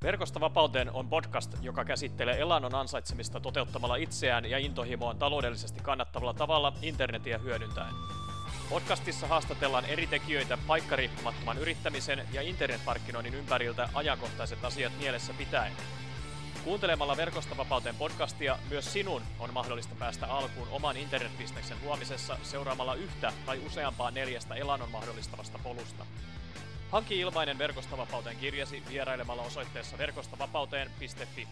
Verkosta vapauteen on podcast, joka käsittelee elannon ansaitsemista toteuttamalla itseään ja intohimoaan taloudellisesti kannattavalla tavalla internetiä hyödyntäen. Podcastissa haastatellaan eri tekijöitä paikkariippumattoman yrittämisen ja internetmarkkinoinnin ympäriltä ajankohtaiset asiat mielessä pitäen. Kuuntelemalla Verkosta vapauteen podcastia myös sinun on mahdollista päästä alkuun oman internetbisneksen luomisessa seuraamalla yhtä tai useampaa 4 elannon mahdollistavasta polusta. Hanki ilmainen Verkosta vapauteen kirjasi vierailemalla osoitteessa verkostavapauteen.fi.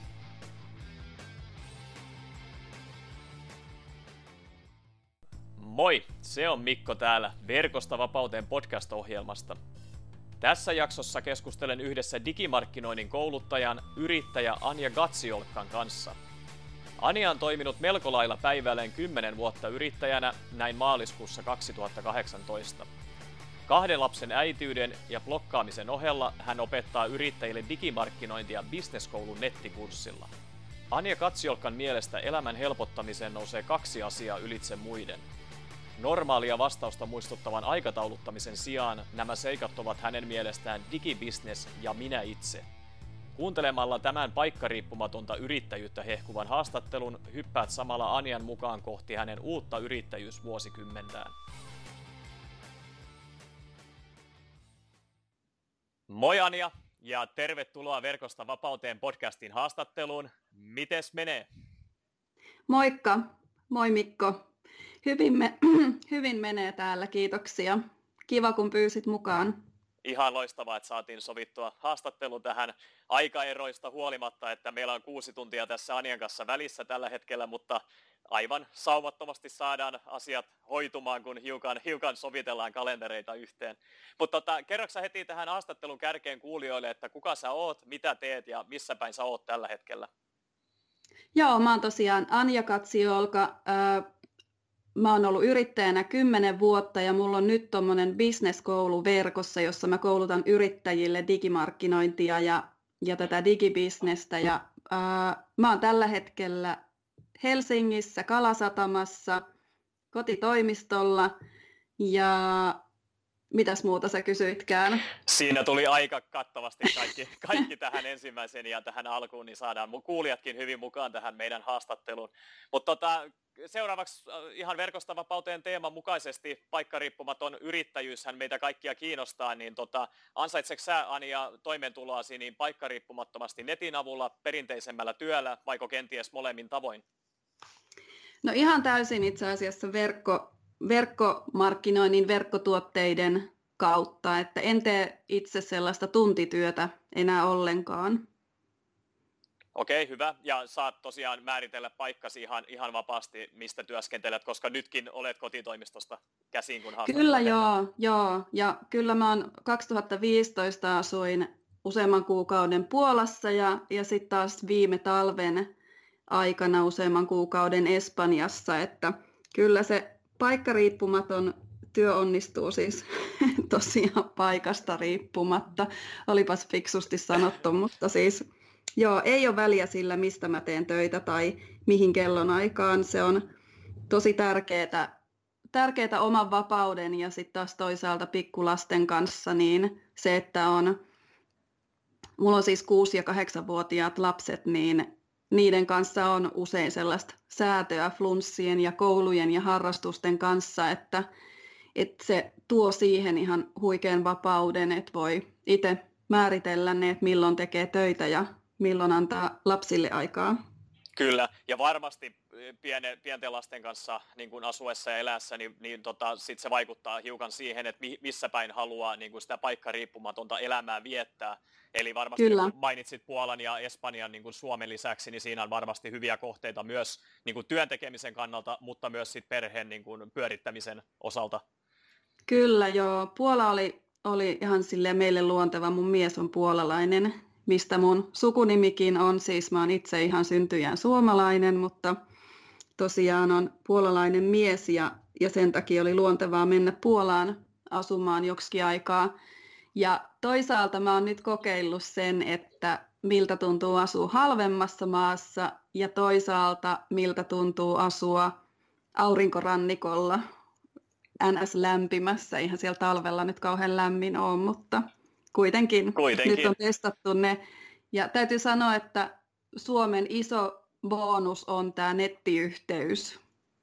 Moi, se on Mikko täällä Verkosta vapauteen podcast-ohjelmasta. Tässä jaksossa keskustelen yhdessä digimarkkinoinnin kouluttajan, yrittäjä Anja Gatsiolkan kanssa. Anja on toiminut melko lailla päivälleen 10 vuotta yrittäjänä näin maaliskuussa 2018. 2 lapsen äitiyden ja blokkaamisen ohella hän opettaa yrittäjille digimarkkinointia Business-koulun nettikurssilla. Anja Gatsiolkan mielestä elämän helpottamiseen nousee 2 asiaa ylitse muiden. Normaalia vastausta muistuttavan aikatauluttamisen sijaan nämä seikat ovat hänen mielestään digibisnes ja minä itse. Kuuntelemalla tämän paikkariippumatonta yrittäjyyttä hehkuvan haastattelun hyppäät samalla Anjan mukaan kohti hänen uutta yrittäjyysvuosikymmentään. Moi Anja ja tervetuloa Verkosta vapauteen podcastin haastatteluun. Mites menee? Moikka, moi Mikko. Hyvin menee täällä, kiitoksia. Kiva kun pyysit mukaan. Ihan loistavaa, että saatiin sovittua haastattelu tähän aikaeroista huolimatta, että meillä on 6 tuntia tässä Anjan kanssa välissä tällä hetkellä, mutta aivan saumattomasti saadaan asiat hoitumaan, kun hiukan sovitellaan kalentereita yhteen. Mutta kerroksä heti tähän haastattelun kärkeen kuulijoille, että kuka sä oot, mitä teet ja missä päin sä oot tällä hetkellä? Joo, mä oon tosiaan Anja Gatsiolka. Mä oon ollut yrittäjänä 10 vuotta ja mulla on nyt tommonen business-koulu verkossa, jossa mä koulutan yrittäjille digimarkkinointia ja tätä digibisnestä. Ja mä oon tällä hetkellä Helsingissä Kalasatamassa kotitoimistolla ja mitäs muuta sä kysyitkään? Siinä tuli aika kattavasti kaikki tähän ensimmäiseen ja tähän alkuun, niin saadaan kuulijatkin hyvin mukaan tähän meidän haastatteluun. Mutta seuraavaksi ihan Verkosta vapauteen teeman mukaisesti paikkariippumaton yrittäjyyshän meitä kaikkia kiinnostaa, niin ansaitseeko sä Anja toimeentuloasi niin paikkariippumattomasti netin avulla, perinteisemmällä työllä, vaiko kenties molemmin tavoin? No ihan täysin itse asiassa verkkomarkkinoinnin, verkkotuotteiden kautta, että en tee itse sellaista tuntityötä enää ollenkaan. Okei, hyvä. Ja saat tosiaan määritellä paikkasi ihan vapaasti, mistä työskentelet, koska nytkin olet kotitoimistosta käsin, kun haastattelet. Kyllä joo. Ja kyllä mä oon 2015 asuin useamman kuukauden Puolassa ja sitten taas viime talven aikana useamman kuukauden Espanjassa, että kyllä se paikkariippumaton työ onnistuu siis tosiaan paikasta riippumatta. Olipas fiksusti sanottu, mutta siis joo, ei ole väliä sillä, mistä mä teen töitä tai mihin kellonaikaan. Se on tosi tärkeää oman vapauden ja sitten taas toisaalta pikkulasten kanssa, niin se, että mulla on siis 6- ja 8-vuotiaat lapset, niin niiden kanssa on usein sellaista säätöä flunssien ja koulujen ja harrastusten kanssa, että se tuo siihen ihan huikean vapauden, että voi itse määritellä ne, että milloin tekee töitä ja milloin antaa lapsille aikaa. Kyllä, ja varmasti pienten lasten kanssa niin kuin asuessa ja elässä, niin sit se vaikuttaa hiukan siihen, että missä päin haluaa niin kuin sitä paikkariippumatonta elämää viettää. Eli varmasti kun mainitsit Puolan ja Espanjan niin kuin Suomen lisäksi, niin siinä on varmasti hyviä kohteita myös niin kuin työn tekemisen kannalta, mutta myös sit perheen niin kuin pyörittämisen osalta. Kyllä joo, Puola oli ihan silleen meille luonteva, mun mies on puolalainen, mistä mun sukunimikin on, siis mä oon itse ihan syntyjään suomalainen, mutta tosiaan on puolalainen mies ja sen takia oli luontevaa mennä Puolaan asumaan joksikin aikaa. Ja toisaalta mä oon nyt kokeillut sen, että miltä tuntuu asua halvemmassa maassa ja toisaalta miltä tuntuu asua aurinkorannikolla NS lämpimässä. Eihän siellä talvella nyt kauhean lämmin ole, mutta kuitenkin. Nyt on testattu ne Ja täytyy sanoa, että Suomen iso bonus on tämä nettiyhteys.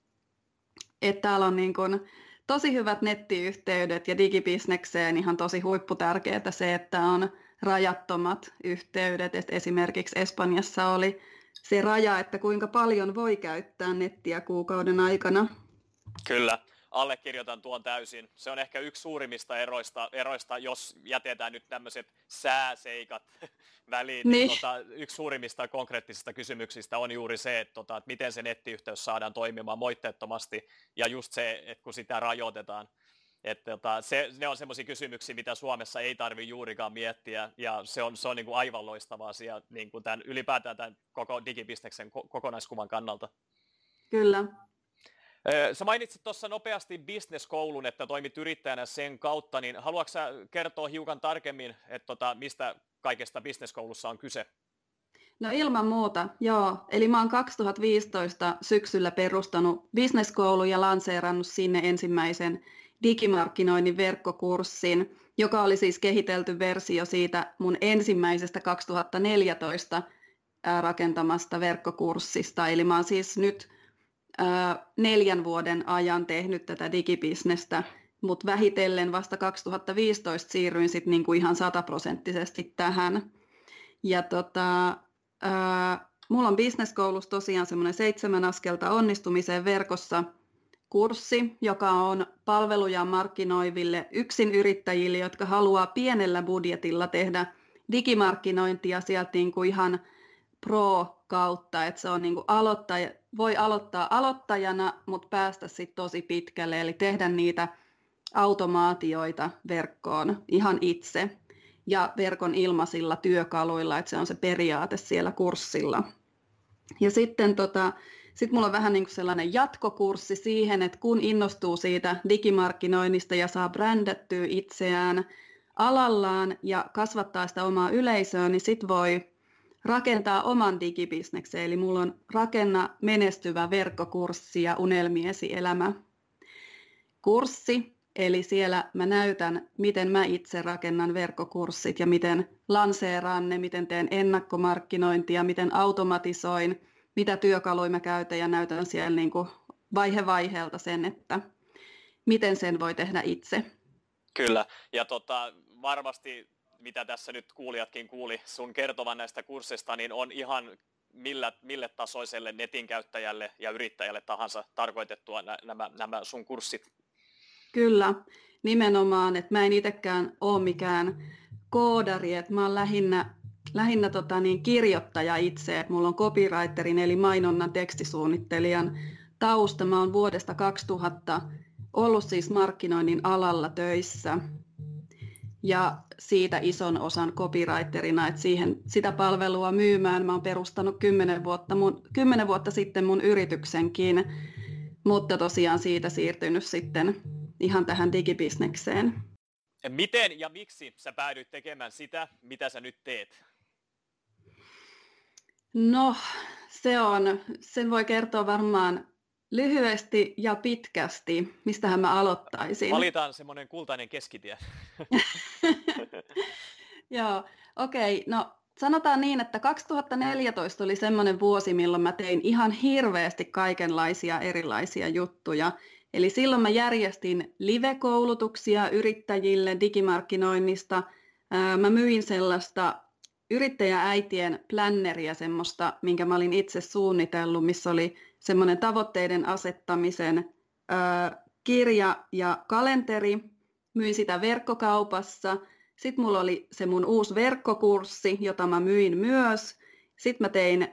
Että täällä on niin kuin tosi hyvät nettiyhteydet ja digibisnekseen ihan tosi huipputärkeää se, että on rajattomat yhteydet. Et esimerkiksi Espanjassa oli se raja, että kuinka paljon voi käyttää nettiä kuukauden aikana. Kyllä, allekirjoitan tuon täysin. Se on ehkä yksi suurimmista eroista jos jätetään nyt tämmöiset sääseikat väliin. Niin. Yksi suurimmista konkreettisista kysymyksistä on juuri se, että miten se nettiyhteys saadaan toimimaan moitteettomasti, ja just se, että kun sitä rajoitetaan. Ne on semmoisia kysymyksiä, mitä Suomessa ei tarvitse juurikaan miettiä, ja se on niin kuin aivan loistava asia niin kuin ylipäätään tämän koko digibisneksen kokonaiskuvan kannalta. Kyllä. Sä mainitsit tuossa nopeasti business-koulun, että toimit yrittäjänä sen kautta, niin haluatko sä kertoa hiukan tarkemmin, että mistä kaikesta business-koulussa on kyse? No ilman muuta, joo. Eli mä oon 2015 syksyllä perustanut business-koulun ja lanseerannut sinne ensimmäisen digimarkkinoinnin verkkokurssin, joka oli siis kehitelty versio siitä mun ensimmäisestä 2014 rakentamasta verkkokurssista. Eli mä oon siis nyt 4 vuoden ajan tehnyt tätä digibisnestä, mutta vähitellen vasta 2015 siirryin sitten niinku ihan 100% tähän. Ja mulla on business-koulussa tosiaan semmoinen 7 askelta onnistumiseen verkossa kurssi, joka on palveluja markkinoiville yksinyrittäjille, jotka haluaa pienellä budjetilla tehdä digimarkkinointia sieltä niinku ihan pro-kautta, että se on niinku voi aloittaa aloittajana, mutta päästä sitten tosi pitkälle, eli tehdä niitä automaatioita verkkoon ihan itse ja verkon ilmaisilla työkaluilla, että se on se periaate siellä kurssilla. Ja sitten sit mulla on vähän niin kuin sellainen jatkokurssi siihen, että kun innostuu siitä digimarkkinoinnista ja saa brändättyä itseään alallaan ja kasvattaa sitä omaa yleisöä, niin sit voi rakentaa oman digibisneksen. Eli mulla on Rakenna menestyvä verkkokurssi ja Unelmiesi elämä kurssi. Eli siellä mä näytän, miten mä itse rakennan verkkokurssit ja miten lanseeraan ne, miten teen ennakkomarkkinointia, miten automatisoin, mitä työkaluja mä käytän ja näytän siellä niin kuin vaihe vaiheelta sen, että miten sen voi tehdä itse. Kyllä, ja varmasti mitä tässä nyt kuulijatkin kuuli sun kertovan näistä kursseista, niin on ihan mille tasoiselle netin käyttäjälle ja yrittäjälle tahansa tarkoitettua nämä sun kurssit. Kyllä, nimenomaan, että mä en itsekään ole mikään koodari, että mä oon lähinnä kirjoittaja itse, että mulla on copywriterin eli mainonnan tekstisuunnittelijan tausta. Mä oon vuodesta 2000 ollut siis markkinoinnin alalla töissä ja siitä ison osan copywriterina, että sitä palvelua myymään mä oon perustanut 10 vuotta sitten mun yrityksenkin, mutta tosiaan siitä siirtynyt sitten ihan tähän digibisnekseen. Miten ja miksi sä päädyit tekemään sitä, mitä sä nyt teet? No, sen voi kertoa varmaan lyhyesti ja pitkästi. Mistähän mä aloittaisin? Valitaan semmoinen kultainen keskitie. Joo, okei. No sanotaan niin, että 2014 oli semmoinen vuosi, milloin mä tein ihan hirveästi kaikenlaisia erilaisia juttuja. Eli silloin mä järjestin live-koulutuksia yrittäjille digimarkkinoinnista. Mä myin sellaista yrittäjääitien planneria semmoista, minkä mä olin itse suunnitellut, missä oli semmoinen tavoitteiden asettamisen kirja ja kalenteri. Myin sitä verkkokaupassa. Sitten mulla oli se mun uusi verkkokurssi, jota mä myin myös. Sitten mä tein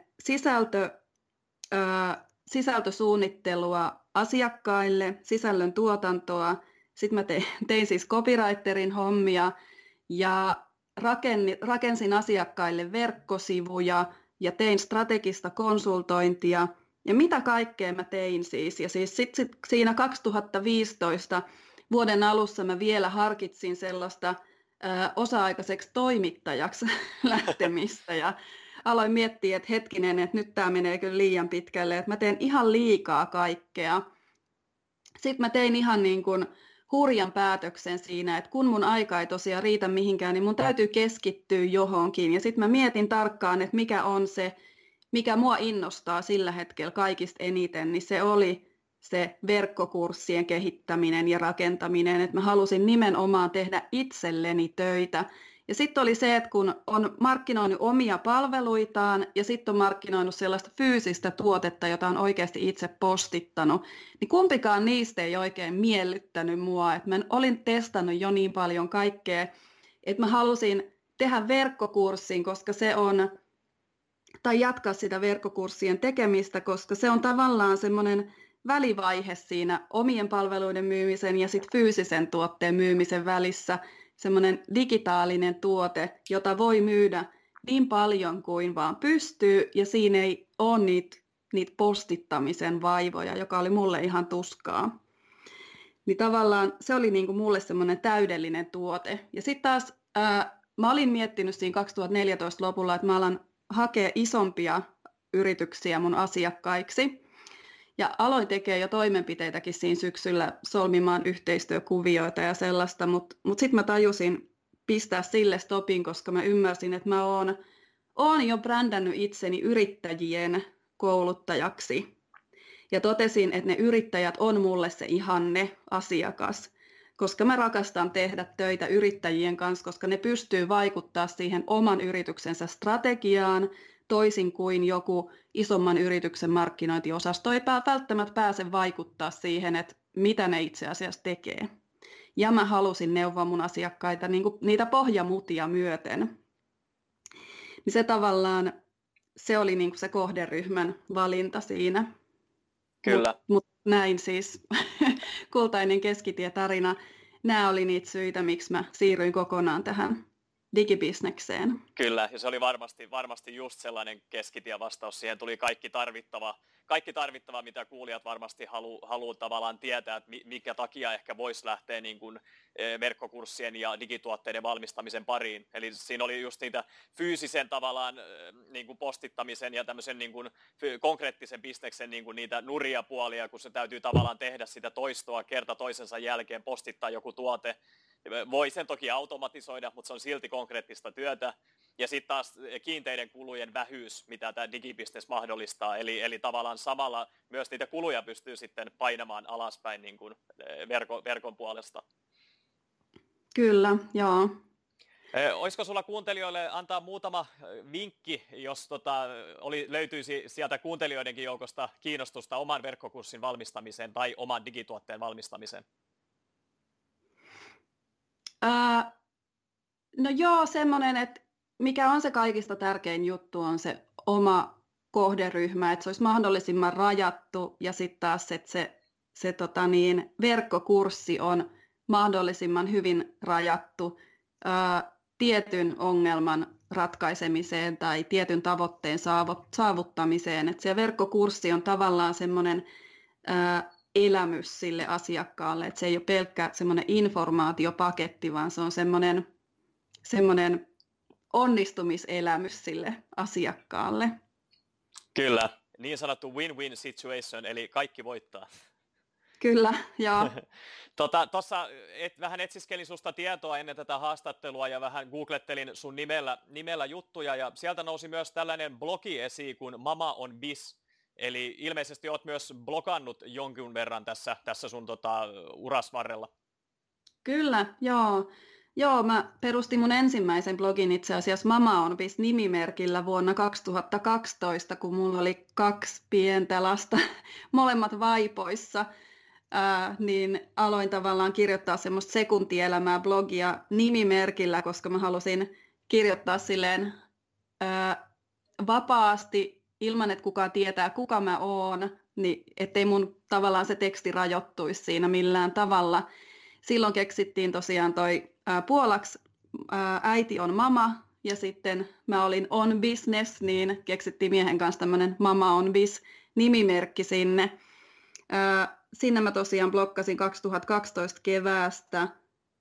sisältösuunnittelua asiakkaille, sisällön tuotantoa. Sitten mä tein siis copywriterin hommia ja rakensin asiakkaille verkkosivuja ja tein strategista konsultointia. Ja mitä kaikkea mä tein siis. Ja siis sit siinä 2015 vuoden alussa mä vielä harkitsin sellaista osa-aikaiseksi toimittajaksi lähtemistä ja aloin miettiä, että hetkinen, että nyt tämä menee kyllä liian pitkälle, että mä teen ihan liikaa kaikkea. Sitten mä tein ihan niin kuin hurjan päätöksen siinä, että kun mun aika ei tosiaan riitä mihinkään, niin mun täytyy keskittyä johonkin. Ja sitten mä mietin tarkkaan, että mikä on se, mikä mua innostaa sillä hetkellä kaikista eniten, niin se oli se verkkokurssien kehittäminen ja rakentaminen, että mä halusin nimenomaan tehdä itselleni töitä. Ja sitten oli se, että kun on markkinoinut omia palveluitaan ja sitten on markkinoinut sellaista fyysistä tuotetta, jota on oikeasti itse postittanut, niin kumpikaan niistä ei oikein miellyttänyt mua. Et mä olin testannut jo niin paljon kaikkea, että mä halusin tehdä verkkokurssin, koska se on, tai jatkaa sitä verkkokurssien tekemistä, koska se on tavallaan semmoinen välivaihe siinä omien palveluiden myymisen ja sitten fyysisen tuotteen myymisen välissä, semmoinen digitaalinen tuote, jota voi myydä niin paljon kuin vaan pystyy, ja siinä ei ole niitä postittamisen vaivoja, joka oli mulle ihan tuskaa. Niin tavallaan se oli niinku mulle semmoinen täydellinen tuote. Ja sitten taas mä olin miettinyt siinä 2014 lopulla, että mä alan hakea isompia yrityksiä mun asiakkaiksi. Ja aloin tekemään jo toimenpiteitäkin siinä syksyllä solmimaan yhteistyökuvioita ja sellaista, mutta sitten mä tajusin pistää sille stopin, koska mä ymmärsin, että mä oon jo brändännyt itseni yrittäjien kouluttajaksi. Ja totesin, että ne yrittäjät on mulle se ihanne asiakas, koska mä rakastan tehdä töitä yrittäjien kanssa, koska ne pystyy vaikuttaa siihen oman yrityksensä strategiaan, toisin kuin joku isomman yrityksen markkinointiosasto ei välttämättä pääse vaikuttaa siihen, että mitä ne itse asiassa tekee. Ja mä halusin neuvoa mun asiakkaita niin kuin niitä pohjamutia myöten. Niin se tavallaan, se oli niin kuin se kohderyhmän valinta siinä. Kyllä. Mut näin siis kultainen keskitie-tarina. Nämä oli niitä syitä, miksi mä siirryin kokonaan tähän digibisnekseen. Kyllä, ja se oli varmasti just sellainen keskitievastaus. Siihen tuli kaikki tarvittava, mitä kuulijat varmasti haluaa tavallaan tietää, että mikä takia ehkä voisi lähteä niin kuin verkkokurssien ja digituotteiden valmistamisen pariin. Eli siinä oli just niitä fyysisen tavallaan niin kuin postittamisen ja tämmöisen niin kuin konkreettisen bisneksen niin kuin niitä nuria puolia, kun se täytyy tavallaan tehdä sitä toistoa kerta toisensa jälkeen, postittaa joku tuote. Voi sen toki automatisoida, mutta se on silti konkreettista työtä. Ja sitten taas kiinteiden kulujen vähyys, mitä tämä digibisnes mahdollistaa. Eli tavallaan samalla myös niitä kuluja pystyy sitten painamaan alaspäin niin kuin verkon puolesta. Kyllä, joo. Olisiko sulla kuuntelijoille antaa muutama vinkki, jos löytyisi sieltä kuuntelijoidenkin joukosta kiinnostusta oman verkkokurssin valmistamiseen tai oman digituotteen valmistamiseen? No joo, semmoinen, että mikä on se kaikista tärkein juttu, on se oma kohderyhmä, että se olisi mahdollisimman rajattu ja sitten taas, että se verkkokurssi on mahdollisimman hyvin rajattu tietyn ongelman ratkaisemiseen tai tietyn tavoitteen saavuttamiseen. Että se verkkokurssi on tavallaan semmoinen elämys sille asiakkaalle, että se ei ole pelkkä semmoinen informaatiopaketti, vaan se on semmoinen onnistumiselämys sille asiakkaalle. Kyllä, niin sanottu win-win situation, eli kaikki voittaa. Kyllä, joo. Tuossa vähän etsiskelin susta tietoa ennen tätä haastattelua ja vähän googlettelin sun nimellä juttuja, ja sieltä nousi myös tällainen blogi esiin kuin Mama on Biz. Eli ilmeisesti olet myös blogannut jonkin verran tässä sun uras varrella. Kyllä, joo. Joo, mä perustin mun ensimmäisen blogin itse asiassa Mama on Biz -nimimerkillä vuonna 2012, kun mulla oli 2 pientä lasta, molemmat vaipoissa. Niin aloin tavallaan kirjoittaa semmoista sekuntielämää blogia nimimerkillä, koska mä halusin kirjoittaa silleen vapaasti, ilman että kukaan tietää, kuka mä oon, niin ettei mun tavallaan se teksti rajoittuisi siinä millään tavalla. Silloin keksittiin tosiaan toi puolaksi äiti on mama, ja sitten mä olin on business, niin keksittiin miehen kanssa tämmöinen Mama on Biz -nimimerkki sinne. Sinne mä tosiaan blokkasin 2012 keväästä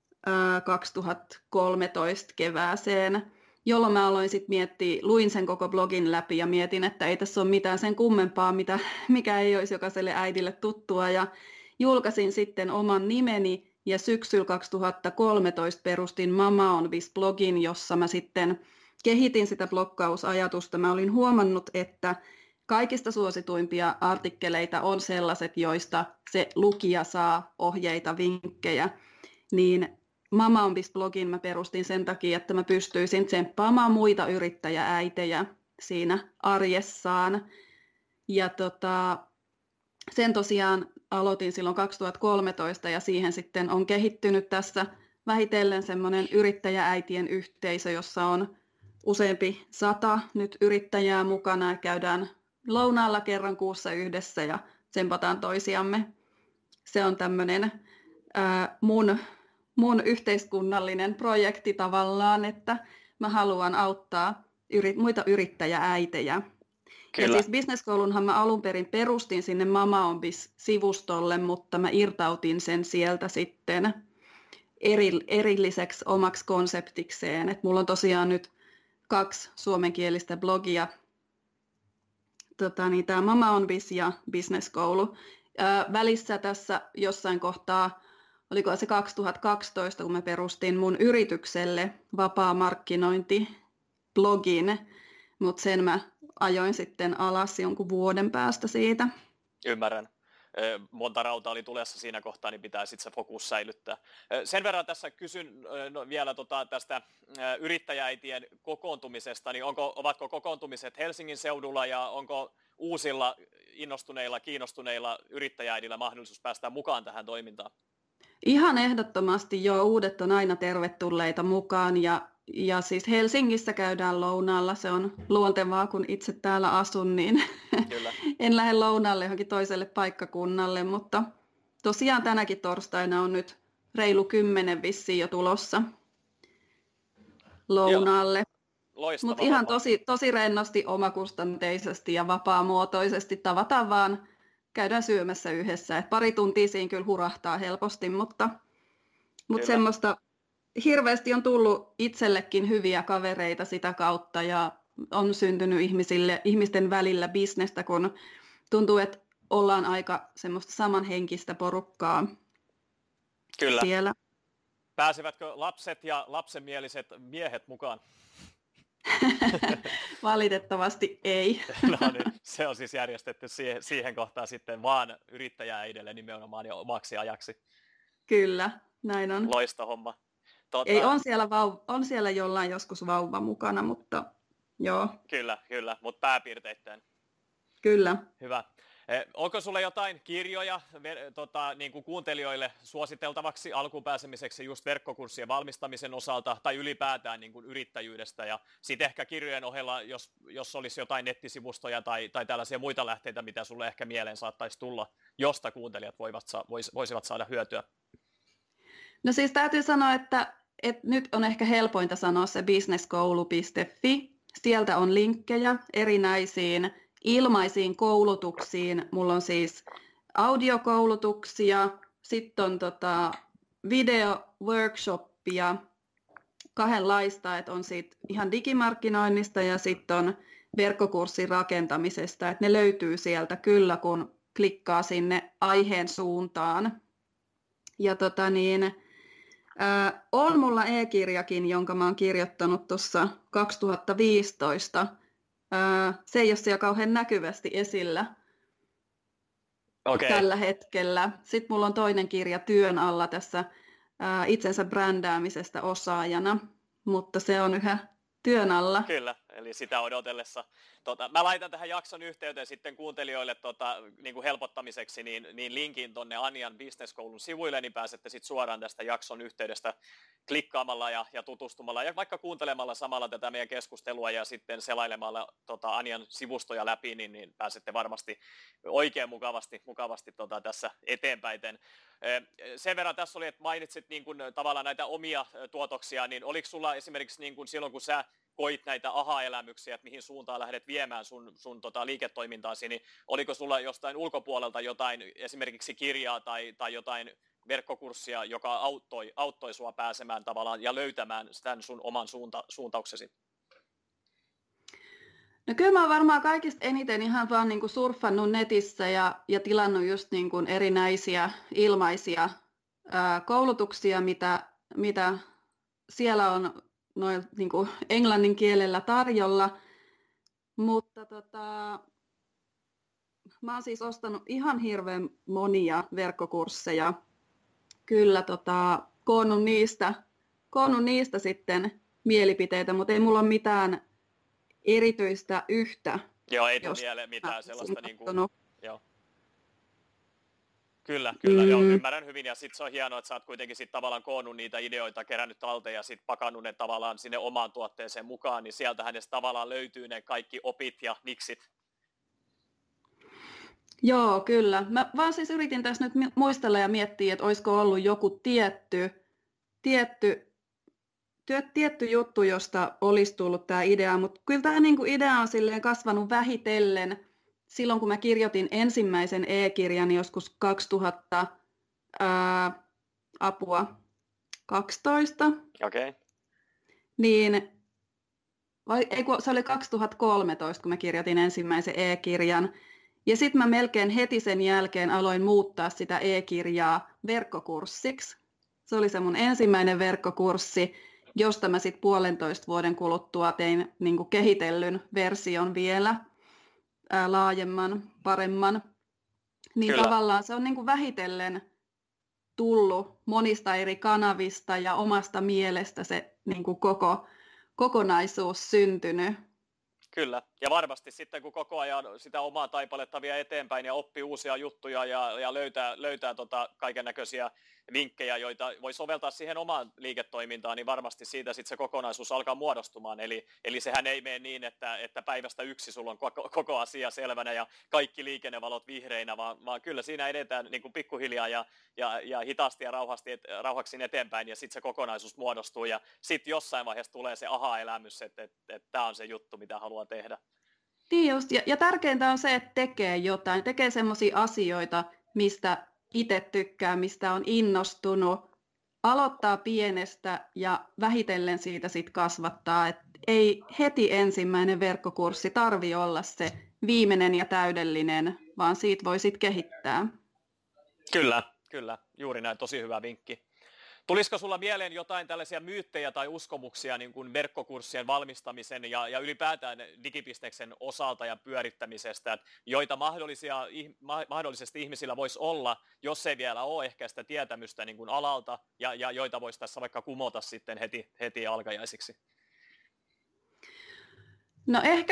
2013 kevääseen, jolloin mä aloin sitten miettiä, luin sen koko blogin läpi ja mietin, että ei tässä ole mitään sen kummempaa, mikä ei olisi jokaiselle äidille tuttua, ja julkaisin sitten oman nimeni ja syksyllä 2013 perustin Mama on Biz-blogin, jossa mä sitten kehitin sitä blokkausajatusta. Mä olin huomannut, että kaikista suosituimpia artikkeleita on sellaiset, joista se lukija saa ohjeita, vinkkejä. Niin Mama on Biz-blogin mä perustin sen takia, että mä pystyisin tsemppaamaan muita yrittäjääitejä siinä arjessaan. Ja sen tosiaan aloitin silloin 2013 ja siihen sitten on kehittynyt tässä vähitellen semmoinen yrittäjääitien yhteisö, jossa on useampi 100 nyt yrittäjää mukana ja käydään lounaalla kerran kuussa yhdessä ja tsempataan toisiamme. Se on tämmöinen mun yhteiskunnallinen projekti tavallaan, että mä haluan auttaa muita yrittäjääitejä. Kyllä. Ja siis Business-koulunhan mä alun perin perustin sinne Mama on Biz-sivustolle, mutta mä irtautin sen sieltä sitten erilliseksi omaksi konseptikseen. Et mulla on tosiaan nyt 2 suomenkielistä blogia, tämä Mama on Biz ja Business-koulu. Välissä tässä jossain kohtaa, oliko se 2012, kun mä perustin mun yritykselle vapaa-markkinointi-blogin, mutta sen mä ajoin sitten alas jonkun vuoden päästä siitä. Ymmärrän. Monta rautaa oli tulessa siinä kohtaa, niin pitää sitten se fokus säilyttää. Sen verran tässä kysyn vielä tästä yrittäjäitien kokoontumisesta, niin ovatko kokoontumiset Helsingin seudulla ja onko uusilla innostuneilla, kiinnostuneilla yrittäjäidillä mahdollisuus päästä mukaan tähän toimintaan? Ihan ehdottomasti jo, uudet on aina tervetulleita mukaan ja siis Helsingissä käydään lounaalla, se on luontevaa, kun itse täällä asun, niin Kyllä. En lähde lounaalle johonkin toiselle paikkakunnalle, mutta tosiaan tänäkin torstaina on nyt reilu 10 vissiin jo tulossa lounaalle. Mutta ihan tosi rennosti, omakustanteisesti ja vapaamuotoisesti tavataan vaan, käydään syömässä yhdessä. Et pari tuntia siinä kyllä hurahtaa helposti, mutta semmoista hirveästi on tullut itsellekin hyviä kavereita sitä kautta ja on syntynyt ihmisten välillä bisnestä, kun tuntuu, että ollaan aika semmoista samanhenkistä porukkaa Kyllä. siellä. Pääsevätkö lapset ja lapsenmieliset miehet mukaan? Valitettavasti ei. No niin, se on siis järjestetty siihen kohtaan sitten vaan yrittäjäidelle nimenomaan jo omaksi ajaksi. Kyllä, näin on. Loista homma. Ei, on siellä jollain joskus vauva mukana, mutta joo. Kyllä, mutta pääpiirteittäin. Kyllä. Hyvä. Onko sulla jotain kirjoja niin kuin kuuntelijoille suositeltavaksi alkuun pääsemiseksi just verkkokurssien valmistamisen osalta tai ylipäätään niin kuin yrittäjyydestä ja sitten ehkä kirjojen ohella, jos olisi jotain nettisivustoja tai tällaisia muita lähteitä, mitä sulle ehkä mieleen saattaisi tulla, josta kuuntelijat voisivat saada hyötyä? No siis täytyy sanoa, että nyt on ehkä helpointa sanoa se businesskoulu.fi. Sieltä on linkkejä erinäisiin ilmaisiin koulutuksiin. Mulla on siis audiokoulutuksia, sitten on video-workshoppia, kahdenlaista, että on siitä ihan digimarkkinoinnista ja sitten on verkkokurssin rakentamisesta, että ne löytyy sieltä kyllä, kun klikkaa sinne aiheen suuntaan. Ja on mulla e-kirjakin, jonka mä oon kirjoittanut tuossa 2015. Se ei ole siellä kauhean näkyvästi esillä tällä hetkellä. Sitten mulla on toinen kirja työn alla tässä itsensä brändäämisestä osaajana, mutta se on yhä työn alla. Kyllä, eli sitä odotellessa. Mä laitan tähän jakson yhteyteen sitten kuuntelijoille niin kuin helpottamiseksi niin linkin tuonne Anjan Business-koulun sivuille, niin pääsette sitten suoraan tästä jakson yhteydestä klikkaamalla ja tutustumalla ja vaikka kuuntelemalla samalla tätä meidän keskustelua ja sitten selailemalla Anjan sivustoja läpi, niin pääsette varmasti oikein mukavasti tässä eteenpäin. Sen verran tässä oli, että mainitsit niin kuin tavallaan näitä omia tuotoksia, niin oliko sulla esimerkiksi niin kuin silloin, kun sä koit näitä aha-elämyksiä, että mihin suuntaan lähdet viemään sun liiketoimintaasi, niin oliko sulla jostain ulkopuolelta jotain esimerkiksi kirjaa tai jotain verkkokurssia, joka auttoi sua pääsemään tavallaan ja löytämään tämän sun oman suuntauksesi? No kyllä mä oon varmaan kaikista eniten ihan vaan niin kuin surffannut netissä ja tilannut just niin kuin erinäisiä ilmaisia koulutuksia, mitä siellä on noin niin kuin englannin kielellä tarjolla, mutta mä oon siis ostanut ihan hirveän monia verkkokursseja. Kyllä koonnut niistä sitten mielipiteitä, mutta ei mulla ole mitään erityistä yhtä. Joo, ei tule mieleen mitään sellaista niin kuin, joo. Kyllä, joo, ymmärrän hyvin, ja sitten se on hienoa, että sä oot kuitenkin sit tavallaan koonnut niitä ideoita, kerännyt talteen ja sitten pakannut ne tavallaan sinne omaan tuotteeseen mukaan, niin sieltähän ne tavallaan löytyy ne kaikki opit ja niksit. Joo, kyllä. Mä vaan siis yritin tässä nyt muistella ja miettiä, että olisiko ollut joku tietty juttu, josta olisi tullut tämä idea, mutta kyllä tämä niinku idea on silleen kasvanut vähitellen. Silloin kun mä kirjoitin ensimmäisen e-kirjan joskus 2012, okay. Niin se oli 2013, kun mä kirjoitin ensimmäisen e-kirjan. Ja sitten mä melkein heti sen jälkeen aloin muuttaa sitä e-kirjaa verkkokurssiksi. Se oli se mun ensimmäinen verkkokurssi, josta mä sitten 1,5 vuoden kuluttua tein niinku kehitellyn version vielä. Laajemman, paremman, niin kyllä. Tavallaan se on niin kuin vähitellen tullut monista eri kanavista ja omasta mielestä se niin kuin kokonaisuus syntynyt. Kyllä, ja varmasti sitten kun koko ajan sitä omaa taipaletta vie eteenpäin ja oppii uusia juttuja ja löytää kaiken näköisiä vinkkejä, joita voi soveltaa siihen omaan liiketoimintaan, niin varmasti siitä sitten se kokonaisuus alkaa muodostumaan. Eli sehän ei mene niin, että päivästä yksi sulla on koko asia selvänä ja kaikki liikennevalot vihreinä, vaan kyllä siinä edetään niin kuin pikkuhiljaa ja hitaasti ja rauhaksi eteenpäin, ja sitten se kokonaisuus muodostuu, ja sitten jossain vaiheessa tulee se aha-elämys, että tämä on se juttu, mitä haluaa tehdä. Niin just, ja tärkeintä on se, että tekee semmoisia asioita, mistä itse tykkää, mistä on innostunut, aloittaa pienestä ja vähitellen siitä sitten kasvattaa. Et ei heti ensimmäinen verkkokurssi tarvitse olla se viimeinen ja täydellinen, vaan siitä voi sitten kehittää. Kyllä, juuri näin, tosi hyvä vinkki. Tulisiko sulla mieleen jotain tällaisia myyttejä tai uskomuksia niin kuin verkkokurssien valmistamisen ja ylipäätään digibisneksen osalta ja pyörittämisestä, joita mahdollisesti ihmisillä voisi olla, jos ei vielä ole ehkä sitä tietämystä niin kuin alalta, ja joita voisi tässä vaikka kumota sitten heti alkajaisiksi? No ehkä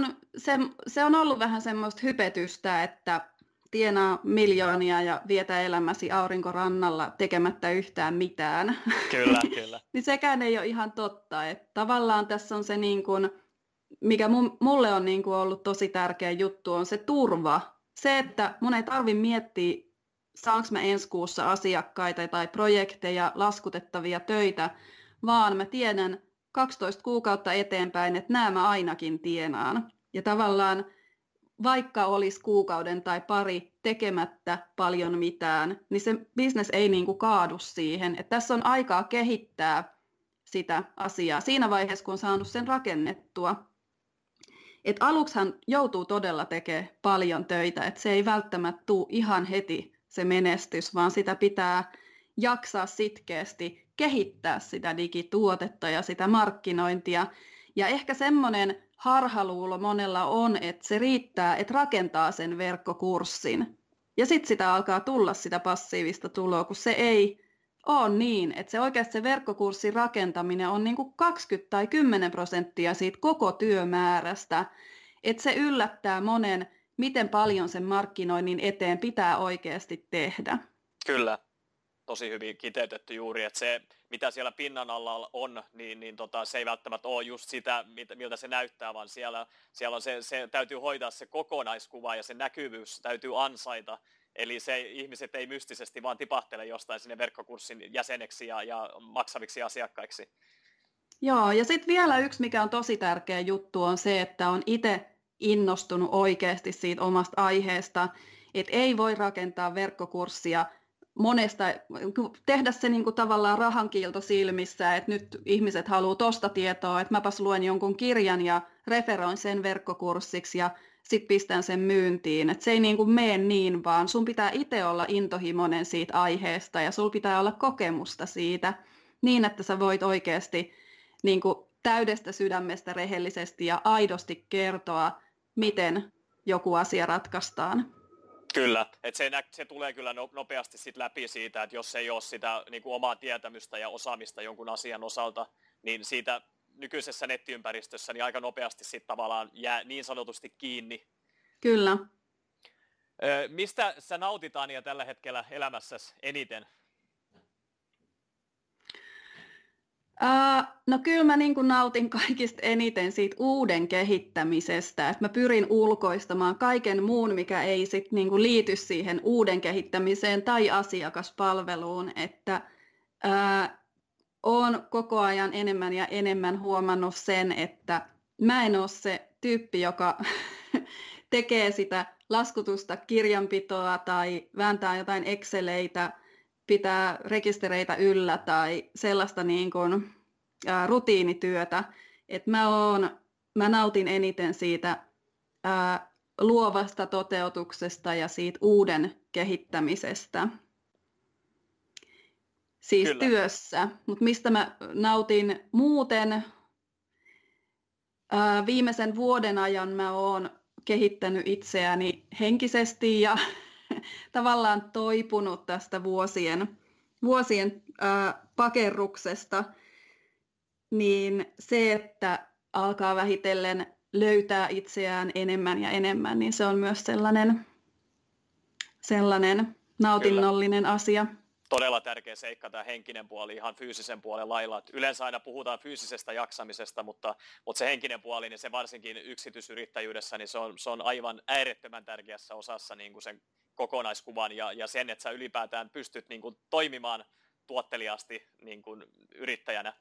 se on ollut vähän semmoista hypetystä, että tienaa miljoonia ja vietä elämäsi aurinkorannalla tekemättä yhtään mitään. Kyllä. Niin sekään ei ole ihan totta. Että tavallaan tässä on se, niin kuin, mikä mulle on niin kuin ollut tosi tärkeä juttu, on se turva. Se, että mun ei tarvitse miettiä, saanko mä ensi kuussa asiakkaita tai projekteja, laskutettavia töitä, vaan mä tiedän 12 kuukautta eteenpäin, että nämä mä ainakin tienaan. Ja tavallaan vaikka olisi kuukauden tai pari tekemättä paljon mitään, niin se business ei niin kuin kaadu siihen. Että tässä on aikaa kehittää sitä asiaa siinä vaiheessa, kun on saanut sen rakennettua. Et aluksihan joutuu todella tekemään paljon töitä, että se ei välttämättä tule ihan heti se menestys, vaan sitä pitää jaksaa sitkeästi kehittää sitä digituotetta ja sitä markkinointia. Ja ehkä semmoinen harhaluulo monella on, että se riittää, että rakentaa sen verkkokurssin. Ja sitten sitä alkaa tulla sitä passiivista tuloa, kun se ei ole niin, että se oikeasti se verkkokurssin rakentaminen on niin kuin 20 tai 10% siitä koko työmäärästä. Että se yllättää monen, miten paljon sen markkinoinnin eteen pitää oikeasti tehdä. Kyllä. Tosi hyvin kiteytetty juuri, että se, mitä siellä pinnan alla on, niin se ei välttämättä ole just sitä, miltä se näyttää, vaan siellä on se täytyy hoitaa se kokonaiskuva ja se näkyvyys täytyy ansaita. Eli ihmiset ei mystisesti vaan tipahtele jostain sinne verkkokurssin jäseneksi ja maksaviksi asiakkaiksi. Joo, ja sitten vielä yksi, mikä on tosi tärkeä juttu, on se, että on itse innostunut oikeasti siitä omasta aiheesta, että ei voi rakentaa verkkokurssia tehdä se niin kuin tavallaan rahankiilto silmissä, että nyt ihmiset haluaa tosta tietoa, että mäpäs luen jonkun kirjan ja referoin sen verkkokurssiksi ja sit pistän sen myyntiin. Et se ei niin kuin mene niin, vaan sun pitää itse olla intohimoinen siitä aiheesta ja sul pitää olla kokemusta siitä niin, että sä voit oikeasti niin kuin täydestä sydämestä rehellisesti ja aidosti kertoa, miten joku asia ratkaistaan. Kyllä, että se tulee kyllä nopeasti sit läpi siitä, että jos ei ole sitä niin kuin omaa tietämystä ja osaamista jonkun asian osalta, niin siitä nykyisessä nettiympäristössä niin aika nopeasti sit tavallaan jää niin sanotusti kiinni. Kyllä. Mistä sä nautit, Anja, tällä hetkellä elämässäsi eniten? No kyllä mä niin kuin nautin kaikista eniten siitä uuden kehittämisestä, että mä pyrin ulkoistamaan kaiken muun, mikä ei sit niin kuin liity siihen uuden kehittämiseen tai asiakaspalveluun, että olen koko ajan enemmän ja enemmän huomannut sen, että mä en ole se tyyppi, joka tekee sitä laskutusta, kirjanpitoa tai vääntää jotain Exceleitä, pitää rekistereitä yllä tai sellaista niin kuin, rutiinityötä. Et mä nautin eniten siitä luovasta toteutuksesta ja siitä uuden kehittämisestä. Siis Kyllä. Työssä. Mutta mistä mä nautin muuten, viimeisen vuoden ajan mä oon kehittänyt itseäni henkisesti ja tavallaan toipunut tästä vuosien pakerruksesta, niin se, että alkaa vähitellen löytää itseään enemmän ja enemmän, niin se on myös sellainen nautinnollinen Kyllä. asia. Todella tärkeä seikka tämä henkinen puoli ihan fyysisen puolen lailla. Että yleensä aina puhutaan fyysisestä jaksamisesta, mutta se henkinen puoli, niin se varsinkin yksityisyrittäjyydessä, niin se on aivan äärettömän tärkeässä osassa niin kuin sen kokonaiskuvan ja sen, että sä ylipäätään pystyt niin kuin toimimaan tuotteliaasti niin kuin yrittäjänä.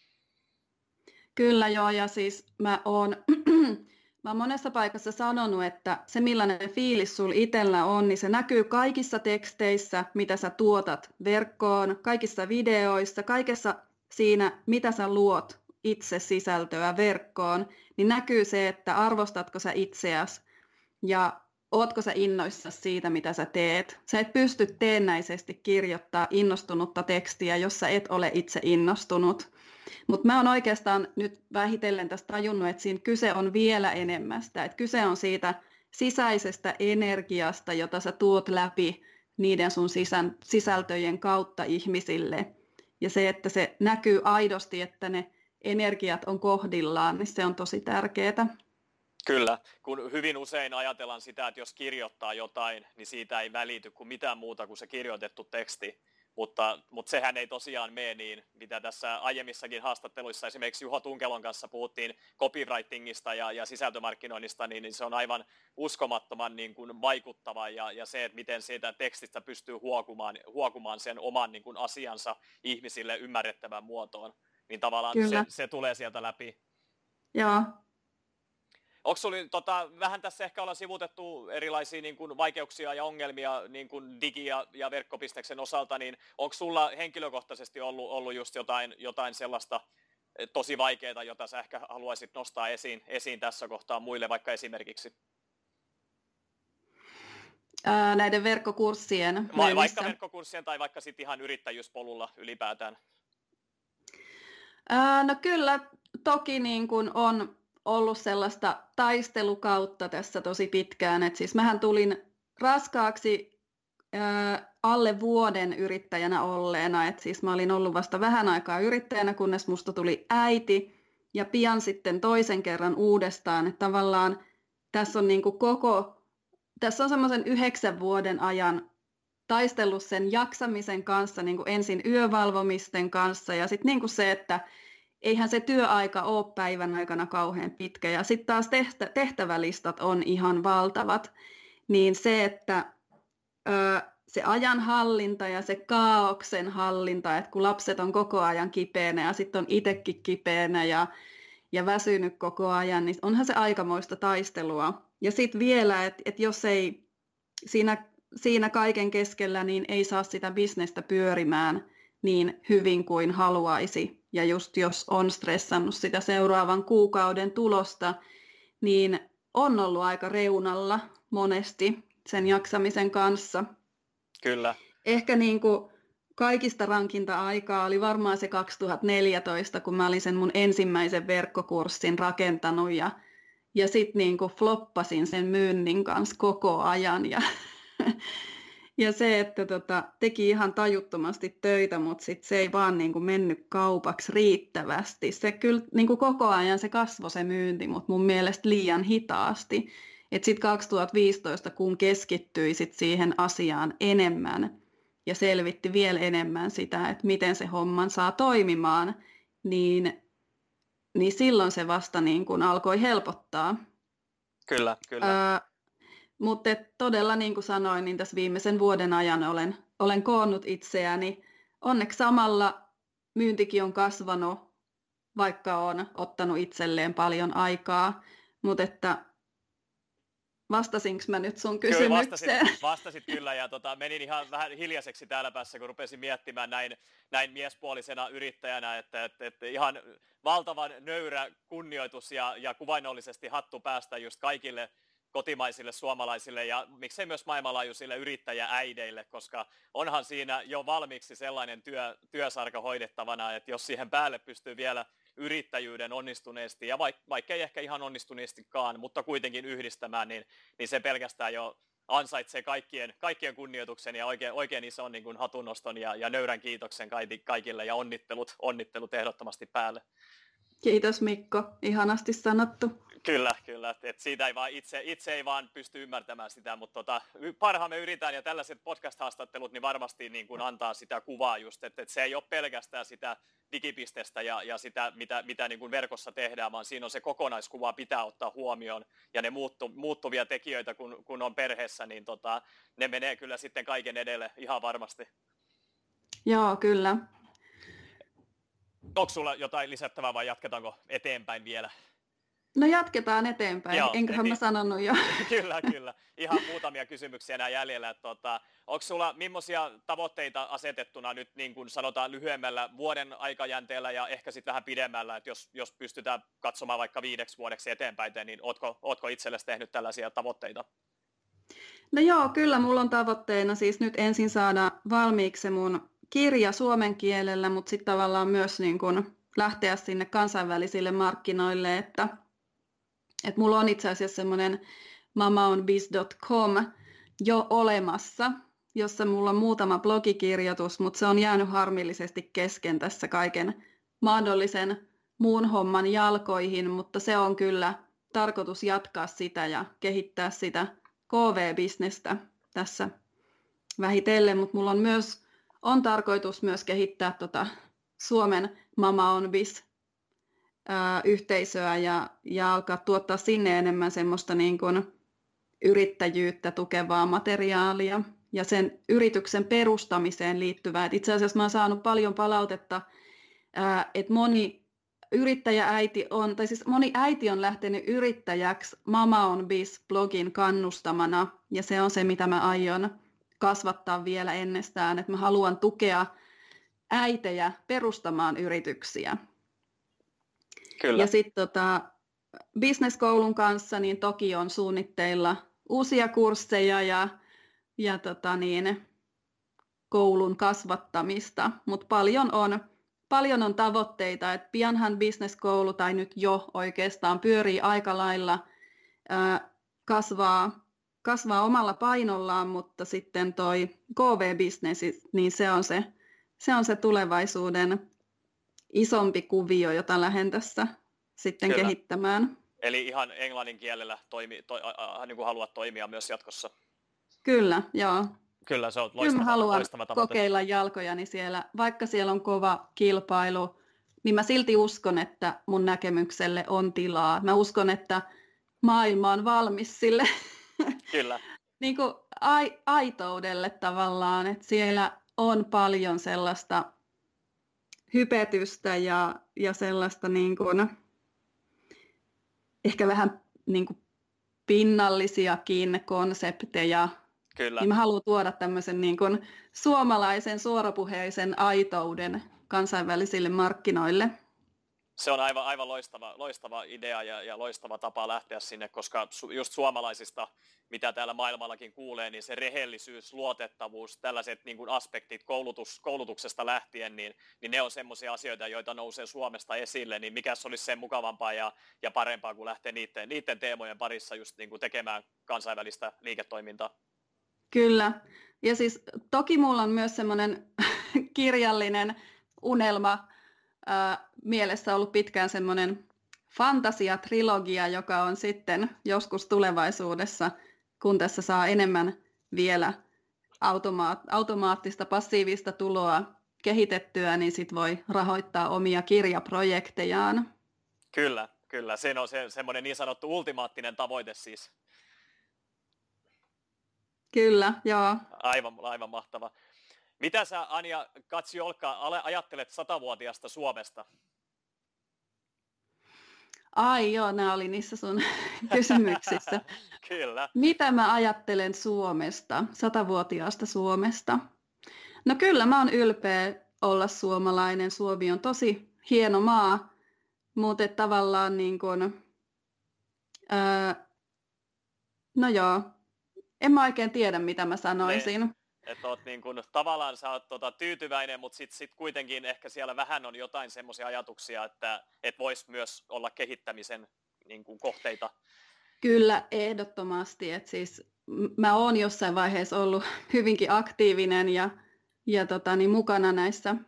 Kyllä joo, ja siis mä oon monessa paikassa sanonut, että se millainen fiilis sul itsellä on, niin se näkyy kaikissa teksteissä, mitä sä tuotat verkkoon, kaikissa videoissa, kaikessa siinä, mitä sä luot itse sisältöä verkkoon, niin näkyy se, että arvostatko sä itseäsi ja ootko sä innoissasi siitä, mitä sä teet. Sä et pysty teennäisesti kirjoittaa innostunutta tekstiä, jos sä et ole itse innostunut. Mutta mä oon oikeastaan nyt vähitellen tästä tajunnut, että siinä kyse on vielä enemmästä. Että kyse on siitä sisäisestä energiasta, jota sä tuot läpi niiden sun sisältöjen kautta ihmisille. Ja se, että se näkyy aidosti, että ne energiat on kohdillaan, niin se on tosi tärkeää. Kyllä, kun hyvin usein ajatellaan sitä, että jos kirjoittaa jotain, niin siitä ei välity kuin mitään muuta kuin se kirjoitettu teksti. Mutta sehän ei tosiaan mene niin, mitä tässä aiemmissakin haastatteluissa esimerkiksi Juho Tunkelon kanssa puhuttiin copywritingista ja sisältömarkkinoinnista, niin se on aivan uskomattoman niin kuin vaikuttava ja se, että miten siitä tekstistä pystyy huokumaan sen oman niin kuin asiansa ihmisille ymmärrettävään muotoon, niin tavallaan se tulee sieltä läpi. Joo. Onko sinulla, vähän tässä ehkä ollaan sivutettu erilaisia niin kuin vaikeuksia ja ongelmia niin kuin digi- ja verkkobisneksen osalta, niin onko sulla henkilökohtaisesti ollut just jotain sellaista tosi vaikeaa, jota sä ehkä haluaisit nostaa esiin tässä kohtaa muille vaikka esimerkiksi? Näiden verkkokurssien myynnissä. Vaikka verkkokurssien tai vaikka sitten ihan yrittäjyyspolulla ylipäätään. No kyllä, toki niin kuin on ollut sellaista taistelukautta tässä tosi pitkään. Et siis mähän tulin raskaaksi alle vuoden yrittäjänä olleena. Et siis mä olin ollut vasta vähän aikaa yrittäjänä, kunnes musta tuli äiti ja pian sitten toisen kerran uudestaan. Et tavallaan tässä on niinku tässä on semmoisen 9 vuoden ajan taistellut sen jaksamisen kanssa, niinku ensin yövalvomisten kanssa ja sitten niinku se, että eihän se työaika ole päivän aikana kauhean pitkä ja sitten taas tehtävälistat on ihan valtavat, niin se, että se ajan hallinta ja se kaaoksen hallinta, että kun lapset on koko ajan kipeänä ja sitten on itsekin kipeänä ja väsynyt koko ajan, niin onhan se aikamoista taistelua. Ja sitten vielä, että jos ei siinä kaiken keskellä, niin ei saa sitä bisnestä pyörimään niin hyvin kuin haluaisi. Ja just jos on stressannut sitä seuraavan kuukauden tulosta, niin on ollut aika reunalla monesti sen jaksamisen kanssa. Kyllä. Ehkä niin kuin kaikista rankinta aikaa oli varmaan se 2014, kun mä olin sen mun ensimmäisen verkkokurssin rakentanut ja sitten niin kuin floppasin sen myynnin kanssa koko ajan. Ja se, että teki ihan tajuttomasti töitä, mutta sitten se ei vaan niin kuin mennyt kaupaksi riittävästi. Se kyllä niin kuin koko ajan se kasvoi se myynti, mutta mun mielestä liian hitaasti. Sitten 2015, kun keskittyi sit siihen asiaan enemmän ja selvitti vielä enemmän sitä, että miten se homman saa toimimaan, niin silloin se vasta niin kuin alkoi helpottaa. Kyllä. Mutta todella niin kuin sanoin, niin tässä viimeisen vuoden ajan olen koonnut itseäni. Onneksi samalla myyntikin on kasvanut, vaikka on ottanut itselleen paljon aikaa. Mutta että vastasinko mä nyt sun kysymykseen? Kyllä, vastasit kyllä, ja menin ihan vähän hiljaiseksi täällä päässä, kun rupesin miettimään näin miespuolisena yrittäjänä, että ihan valtavan nöyrä kunnioitus ja kuvainnollisesti hattu päästä just kaikille kotimaisille suomalaisille ja miksei myös maailmanlaajuisille yrittäjääideille, koska onhan siinä jo valmiiksi sellainen työsarka hoidettavana, että jos siihen päälle pystyy vielä yrittäjyyden onnistuneesti, ja vaikka ei ehkä ihan onnistuneestikaan, mutta kuitenkin yhdistämään, niin se pelkästään jo ansaitsee kaikkien kunnioituksen ja oikein ison niin kuin hatunnoston ja nöyrän kiitoksen kaikille ja onnittelut ehdottomasti päälle. Kiitos Mikko, ihanasti sanottu. Kyllä, että siitä ei vaan itse ei vaan pysty ymmärtämään sitä, mutta parhaamme yritän ja tällaiset podcast-haastattelut niin varmasti niin kuin antaa sitä kuvaa just, että se ei ole pelkästään sitä digipistestä ja sitä, mitä niin kuin verkossa tehdään, vaan siinä on se kokonaiskuva pitää ottaa huomioon ja ne muuttuvia tekijöitä, kun on perheessä, niin ne menee kyllä sitten kaiken edelle ihan varmasti. Joo, kyllä. Onko sulla jotain lisättävää vai jatketaanko eteenpäin vielä? No jatketaan eteenpäin, enköhän mä sanonut jo. Kyllä. Ihan muutamia kysymyksiä enää jäljellä. Onko sulla millaisia tavoitteita asetettuna nyt niin kuin sanotaan lyhyemmällä vuoden aikajänteellä ja ehkä sitten vähän pidemmällä, että jos pystytään katsomaan vaikka 5 vuodeksi eteenpäin, niin ootko itsellesi tehnyt tällaisia tavoitteita? No joo, kyllä mulla on tavoitteena siis nyt ensin saada valmiiksi se mun kirja suomen kielellä, mutta sitten tavallaan myös niin kun lähteä sinne kansainvälisille markkinoille, että mulla on itse asiassa semmoinen mamaonbiz.com jo olemassa, jossa mulla on muutama blogikirjoitus, mutta se on jäänyt harmillisesti kesken tässä kaiken mahdollisen muun homman jalkoihin, mutta se on kyllä tarkoitus jatkaa sitä ja kehittää sitä KV-bisnestä tässä vähitellen, mutta mulla on tarkoitus myös kehittää Suomen Mama on Biz yhteisöä ja alkaa tuottaa sinne enemmän semmoista niin kuin yrittäjyyttä tukevaa materiaalia ja sen yrityksen perustamiseen liittyvää. Et itse asiassa mä oon saanut paljon palautetta, että moni äiti on lähtenyt yrittäjäksi Mama on Biz-blogin kannustamana ja se on se, mitä mä aion kasvattaa vielä ennestään, että mä haluan tukea äitejä perustamaan yrityksiä. Kyllä. Ja sitten business-koulun kanssa niin toki on suunnitteilla uusia kursseja ja koulun kasvattamista, mutta paljon on tavoitteita, että pianhan business-koulu tai nyt jo oikeastaan pyörii aika lailla, kasvaa omalla painollaan, mutta sitten toi KV-business, niin se on se tulevaisuuden isompi kuvio, jota lähden tässä sitten Kyllä. kehittämään. Eli ihan englannin kielellä niin kuin haluat toimia myös jatkossa. Kyllä, joo. Kyllä, se on Kyllä mä haluan loistava tavoite. kokeilla jalkojani siellä, vaikka siellä on kova kilpailu, niin mä silti uskon, että mun näkemykselle on tilaa. Mä uskon, että maailma on valmis sille Kyllä. niin kuin aitoudelle tavallaan, että siellä on paljon sellaista hypetystä ja sellaista niin kuin, ehkä vähän niin kuin pinnallisiakin konsepteja. Kyllä. Niin mä haluan tuoda tämmöisen niin kuin suomalaisen suorapuheisen aitouden kansainvälisille markkinoille. Se on aivan loistava idea ja loistava tapa lähteä sinne, koska just suomalaisista, mitä täällä maailmallakin kuulee, niin se rehellisyys, luotettavuus, tällaiset niin kuin aspektit koulutuksesta lähtien, niin ne on semmoisia asioita, joita nousee Suomesta esille, niin mikäs olisi sen mukavampaa ja parempaa kuin lähteä niiden teemojen parissa just niin kuin tekemään kansainvälistä liiketoimintaa. Kyllä. Ja siis toki mulla on myös semmoinen kirjallinen unelma mielessä ollut pitkään semmoinen fantasiatrilogia, joka on sitten joskus tulevaisuudessa, kun tässä saa enemmän vielä automaattista passiivista tuloa kehitettyä, niin sit voi rahoittaa omia kirjaprojektejaan. Kyllä. Se on semmoinen niin sanottu ultimaattinen tavoite siis. Kyllä, joo. Aivan mahtava. Mitä sä, Anja Katsiolka, ajattelet 100-vuotiaasta Suomesta? Ai joo, nämä oli niissä sun kysymyksissä. Kyllä. Mitä mä ajattelen Suomesta, 100-vuotiaasta Suomesta? No kyllä, mä oon ylpeä olla suomalainen. Suomi on tosi hieno maa, mutta tavallaan niin kuin, no joo, en mä oikein tiedä, mitä mä sanoisin. Että oot niin kuin, tavallaan sä oot tyytyväinen, mutta sit kuitenkin ehkä siellä vähän on jotain semmoisia ajatuksia, että vois myös olla kehittämisen niin kuin kohteita. Kyllä, ehdottomasti. Et siis mä oon jossain vaiheessa ollut hyvinkin aktiivinen ja mukana näissä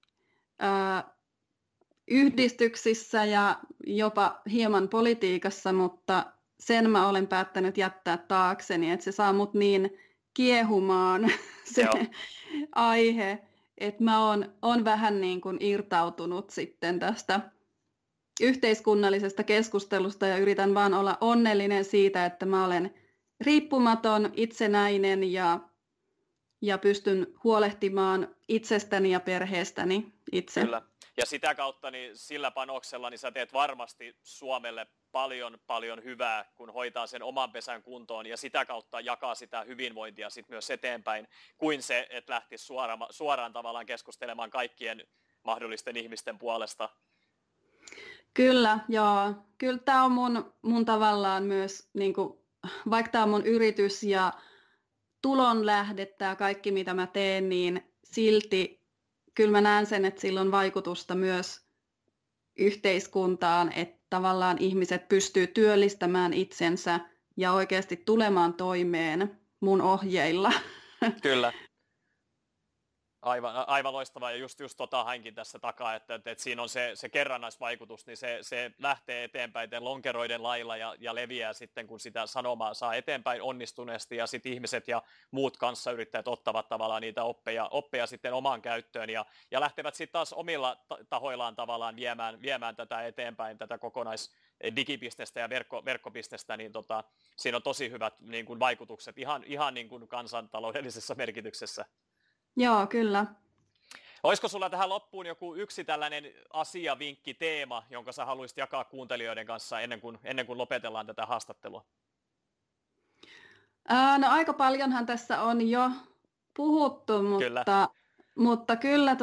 yhdistyksissä ja jopa hieman politiikassa, mutta sen mä olen päättänyt jättää taakseni, että se saa mut niin kiehumaan se aihe, että mä oon vähän niin kuin irtautunut sitten tästä yhteiskunnallisesta keskustelusta ja yritän vaan olla onnellinen siitä, että mä olen riippumaton, itsenäinen ja pystyn huolehtimaan itsestäni ja perheestäni itse. Kyllä. Ja sitä kautta niin sillä panoksella niin sä teet varmasti Suomelle paljon hyvää, kun hoitaa sen oman pesän kuntoon ja sitä kautta jakaa sitä hyvinvointia sit myös eteenpäin, kuin se, että lähtisi suoraan tavallaan keskustelemaan kaikkien mahdollisten ihmisten puolesta. Kyllä, joo. Kyllä tämä on mun tavallaan myös, niin kuin, vaikka tämä on mun yritys ja tulonlähde, tämä kaikki mitä mä teen, niin silti kyllä mä näen sen, että sillä on vaikutusta myös yhteiskuntaan, että tavallaan ihmiset pystyy työllistämään itsensä ja oikeasti tulemaan toimeen mun ohjeilla. Kyllä. Aivan loistavaa ja just hainkin tässä takaa, että siinä on se kerrannaisvaikutus, niin se lähtee eteenpäin lonkeroiden lailla ja leviää sitten, kun sitä sanomaa saa eteenpäin onnistuneesti ja sitten ihmiset ja muut kanssayrittäjät ottavat tavallaan niitä oppeja sitten omaan käyttöön ja lähtevät sitten taas omilla tahoillaan tavallaan viemään tätä eteenpäin, tätä digipistestä ja verkkopistestä, niin siinä on tosi hyvät niin kuin vaikutukset ihan niin kuin kansantaloudellisessa merkityksessä. Joo, kyllä. Olisiko sulla tähän loppuun joku yksi tällainen asia, vinkki, teema, jonka sä haluaisit jakaa kuuntelijoiden kanssa ennen kuin lopetellaan tätä haastattelua? No aika paljonhan tässä on jo puhuttu, mutta kyllä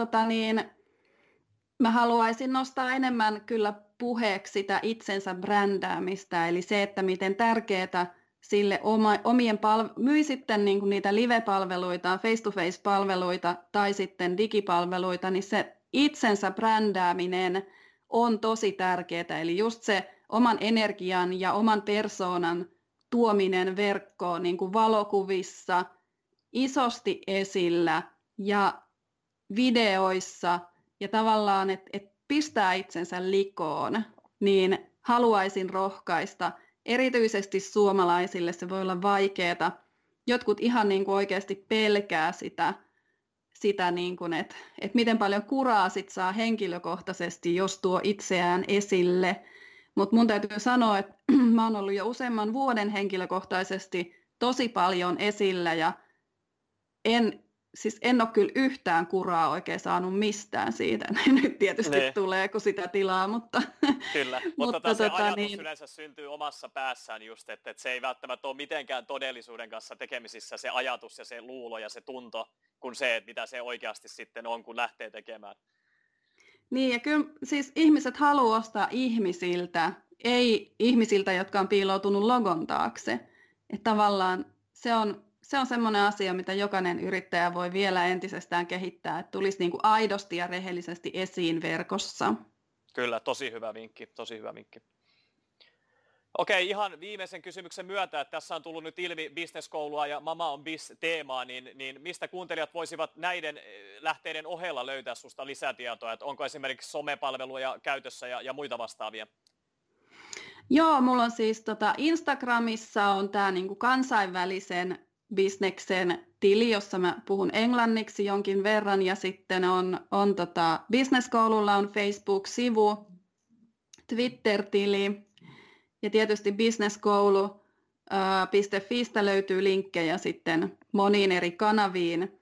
mä haluaisin nostaa enemmän kyllä puheeksi sitä itsensä brändäämistä, eli se, että miten tärkeää sille myi sitten niin kuin niitä live-palveluita, face-to-face-palveluita tai sitten digipalveluita, niin se itsensä brändääminen on tosi tärkeää. Eli just se oman energian ja oman persoonan tuominen verkkoon niin kuin valokuvissa, isosti esillä ja videoissa ja tavallaan, että pistää itsensä likoon, niin haluaisin rohkaista. Erityisesti suomalaisille se voi olla vaikeaa. Jotkut ihan niin kuin oikeasti pelkää sitä niin kuin, että miten paljon kuraa sit saa henkilökohtaisesti, jos tuo itseään esille. Mutta mun täytyy sanoa, että mä oon ollut jo useamman vuoden henkilökohtaisesti tosi paljon esillä ja en ole kyllä yhtään kuraa oikein saanut mistään siitä. Nyt tietysti tulee, kun sitä tilaa, mutta... Kyllä, mutta se ajatus yleensä syntyy omassa päässään just, että se ei välttämättä ole mitenkään todellisuuden kanssa tekemisissä se ajatus ja se luulo ja se tunto, kuin se, että mitä se oikeasti sitten on, kun lähtee tekemään. Niin, ja kyllä siis ihmiset haluaa ostaa ihmisiltä, ei ihmisiltä, jotka on piiloutunut logon taakse. Että tavallaan se on semmoinen asia, mitä jokainen yrittäjä voi vielä entisestään kehittää, että tulisi niin kuin aidosti ja rehellisesti esiin verkossa. Kyllä, tosi hyvä vinkki, tosi hyvä vinkki. Okei, ihan viimeisen kysymyksen myötä, että tässä on tullut nyt ilmi businesskoulua ja Mama on Biz-teemaa, niin mistä kuuntelijat voisivat näiden lähteiden ohella löytää susta lisätietoa, että onko esimerkiksi somepalveluja käytössä ja muita vastaavia? Joo, mulla on siis Instagramissa on tämä niinku kansainvälisen bisneksen tili, jossa mä puhun englanniksi jonkin verran, ja sitten on businesskoululla on Facebook-sivu, Twitter-tili, ja tietysti businesskoulu.fiistä löytyy linkkejä sitten moniin eri kanaviin.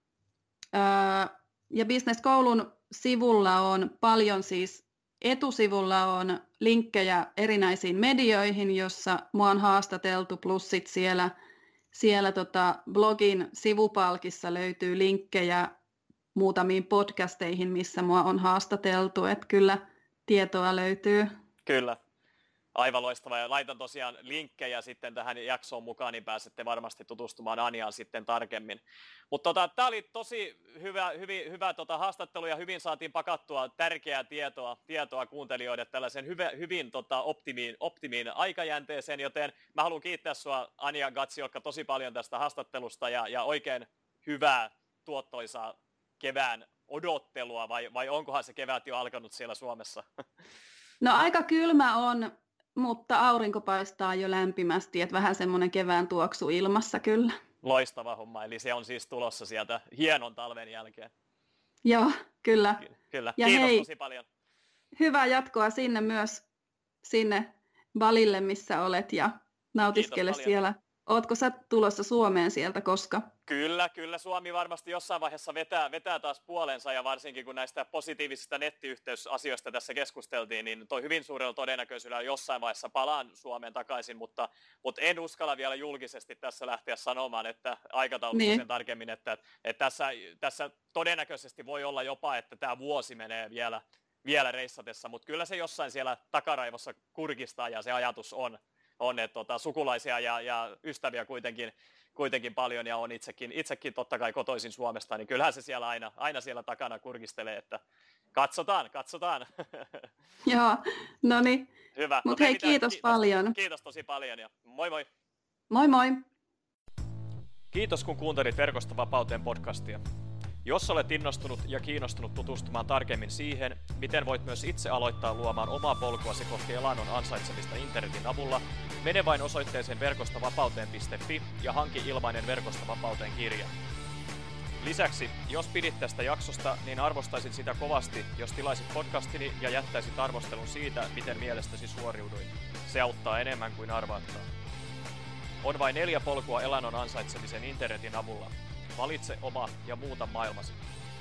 Ja businesskoulun sivulla on paljon siis, etusivulla on linkkejä erinäisiin medioihin, jossa mua on haastateltu, plus sit siellä blogin sivupalkissa löytyy linkkejä muutamiin podcasteihin, missä mua on haastateltu, että kyllä tietoa löytyy. Kyllä. Aivan loistavaa, ja laitan tosiaan linkkejä sitten tähän jaksoon mukaan, niin pääsette varmasti tutustumaan Anjaan sitten tarkemmin. Mutta tämä oli tosi hyvä haastattelu, ja hyvin saatiin pakattua tärkeää tietoa kuuntelijoille tällaisen hyvin optimiin aikajänteeseen, joten mä haluan kiittää sua, Anja Gatsiokka, tosi paljon tästä haastattelusta, ja oikein hyvää tuottoisaa kevään odottelua, vai onkohan se kevät jo alkanut siellä Suomessa? No aika kylmä on, mutta aurinko paistaa jo lämpimästi, että vähän semmoinen kevään tuoksu ilmassa kyllä. Loistava homma, eli se on siis tulossa sieltä hienon talven jälkeen. Joo, kyllä. Kyllä, ja kiitos hei, tosi paljon. Hyvää jatkoa sinne myös, sinne Balille, missä olet, ja nautiskele siellä. Ootko sä tulossa Suomeen sieltä koska? Kyllä. Suomi varmasti jossain vaiheessa vetää taas puolensa, ja varsinkin kun näistä positiivisista nettiyhteysasioista tässä keskusteltiin, niin toi hyvin suurella todennäköisyydellä jossain vaiheessa palaan Suomeen takaisin, mutta en uskalla vielä julkisesti tässä lähteä sanomaan, että aikataulussa sen tarkemmin, että tässä todennäköisesti voi olla jopa, että tämä vuosi menee vielä reissatessa, mutta kyllä se jossain siellä takaraivossa kurkistaa, ja se ajatus on että sukulaisia ja ystäviä kuitenkin paljon, ja on itsekin totta kai kotoisin Suomesta, niin kyllähän se siellä aina siellä takana kurkistelee, että katsotaan. Joo, no niin. Hyvä. Mutta hei, kiitos paljon. Kiitos tosi paljon, ja moi moi. Moi moi. Kiitos kun kuuntelit Verkosta vapauteen podcastia. Jos olet innostunut ja kiinnostunut tutustumaan tarkemmin siihen, miten voit myös itse aloittaa luomaan omaa polkuasi kohti elannon ansaitsemista internetin avulla, mene vain osoitteeseen verkostavapauteen.fi ja hanki ilmainen Verkosta vapauteen -kirja. Lisäksi, jos pidit tästä jaksosta, niin arvostaisin sitä kovasti, jos tilaisit podcastini ja jättäisit arvostelun siitä, miten mielestäsi suoriuduin. Se auttaa enemmän kuin arvaatkaan. On vain 4 polkua elannon ansaitsemisen internetin avulla. Valitse oma ja muuta maailmasi.